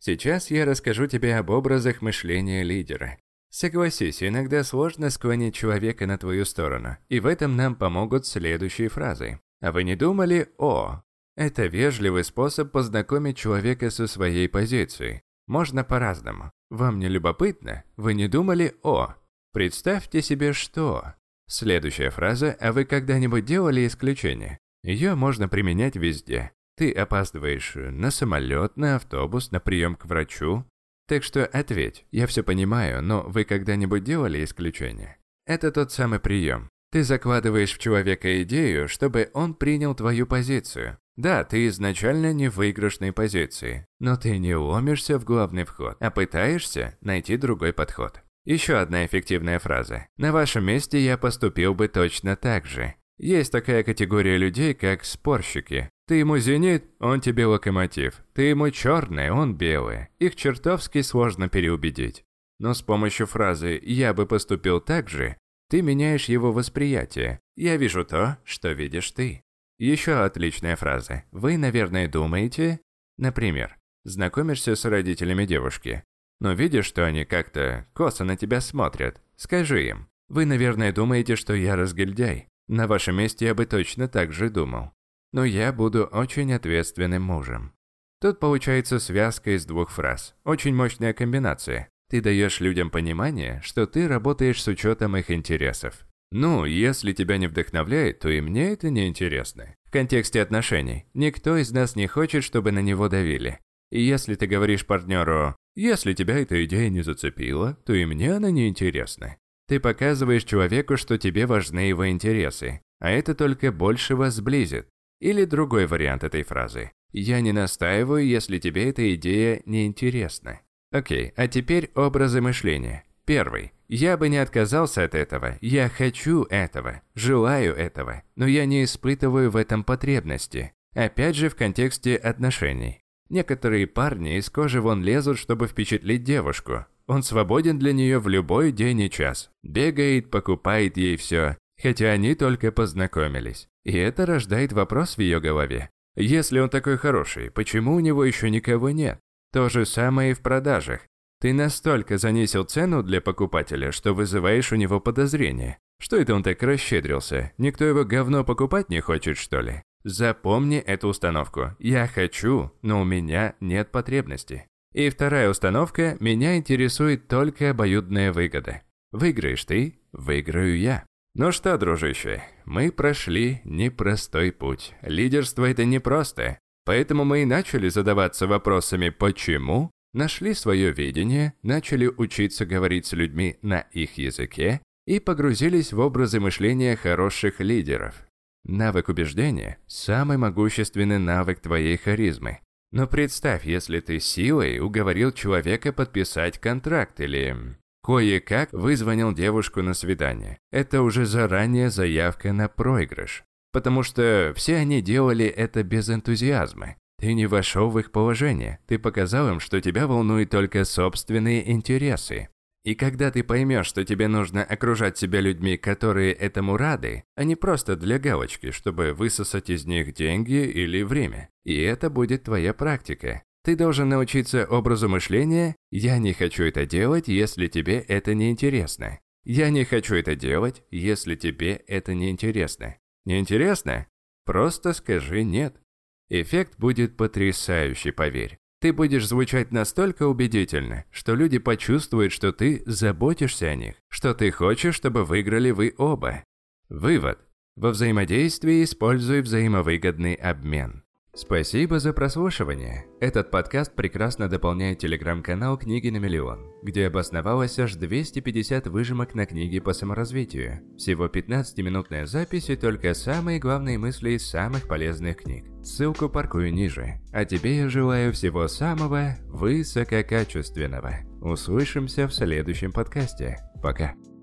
Сейчас я расскажу тебе об образах мышления лидера. Согласись, иногда сложно склонить человека на твою сторону, и в этом нам помогут следующие фразы. А вы не думали о? Это вежливый способ познакомить человека со своей позицией. Можно по-разному. Вам не любопытно? Вы не думали о? Представьте себе что. Следующая фраза «А вы когда-нибудь делали исключение?» Ее можно применять везде. Ты опаздываешь на самолет, на автобус, на прием к врачу. Так что ответь, я все понимаю, но вы когда-нибудь делали исключение? Это тот самый прием. Ты закладываешь в человека идею, чтобы он принял твою позицию. Да, ты изначально не в выигрышной позиции, но ты не ломишься в главный вход, а пытаешься найти другой подход. Еще одна эффективная фраза. На вашем месте я поступил бы точно так же. Есть такая категория людей, как спорщики. Ты ему зенит, он тебе локомотив. Ты ему черный, он белый. Их чертовски сложно переубедить. Но с помощью фразы «я бы поступил так же» ты меняешь его восприятие. Я вижу то, что видишь ты. Еще отличная фраза. Вы, наверное, думаете... Например, знакомишься с родителями девушки, но видишь, что они как-то косо на тебя смотрят. Скажи им. Вы, наверное, думаете, что я разгильдяй. На вашем месте я бы точно так же думал. Но я буду очень ответственным мужем. Тут получается связка из двух фраз. Очень мощная комбинация. Ты даешь людям понимание, что ты работаешь с учетом их интересов. Ну, если тебя не вдохновляет, то и мне это не интересно. В контексте отношений, никто из нас не хочет, чтобы на него давили. И если ты говоришь партнеру «если тебя эта идея не зацепила, то и мне она не интересна», ты показываешь человеку, что тебе важны его интересы, а это только больше вас сблизит. Или другой вариант этой фразы. «Я не настаиваю, если тебе эта идея не интересна». Окей, а теперь образы мышления. Первый. Я бы не отказался от этого, я хочу этого, желаю этого, но я не испытываю в этом потребности. Опять же в контексте отношений. Некоторые парни из кожи вон лезут, чтобы впечатлить девушку. Он свободен для нее в любой день и час. Бегает, покупает ей все, хотя они только познакомились. И это рождает вопрос в ее голове. Если он такой хороший, почему у него еще никого нет? То же самое и в продажах. Ты настолько занизил цену для покупателя, что вызываешь у него подозрение. Что это он так расщедрился? Никто его говно покупать не хочет, что ли? Запомни эту установку. Я хочу, но у меня нет потребности. И вторая установка. Меня интересует только обоюдная выгода. Выиграешь ты, выиграю я. Ну что, дружище, мы прошли непростой путь. Лидерство – это непросто. Поэтому мы и начали задаваться вопросами «почему?», нашли свое видение, начали учиться говорить с людьми на их языке и погрузились в образы мышления хороших лидеров. Навык убеждения – самый могущественный навык твоей харизмы. Но представь, если ты силой уговорил человека подписать контракт или кое-как вызвонил девушку на свидание. Это уже заранее заявка на проигрыш. Потому что все они делали это без энтузиазма. Ты не вошел в их положение, ты показал им, что тебя волнуют только собственные интересы. И когда ты поймешь, что тебе нужно окружать себя людьми, которые этому рады, а не просто для галочки, чтобы высосать из них деньги или время. И это будет твоя практика. Ты должен научиться образу мышления «я не хочу это делать, если тебе это не интересно». «Я не хочу это делать, если тебе это не интересно». Не интересно? Просто скажи «нет». Эффект будет потрясающий, поверь. Ты будешь звучать настолько убедительно, что люди почувствуют, что ты заботишься о них, что ты хочешь, чтобы выиграли вы оба. Вывод. Во взаимодействии используй взаимовыгодный обмен. Спасибо за прослушивание. Этот подкаст прекрасно дополняет телеграм-канал «Книги на миллион», где обосновалось аж 250 выжимок на книги по саморазвитию. Всего 15-минутная запись и только самые главные мысли из самых полезных книг. Ссылку паркую ниже. А тебе я желаю всего самого высококачественного. Услышимся в следующем подкасте. Пока.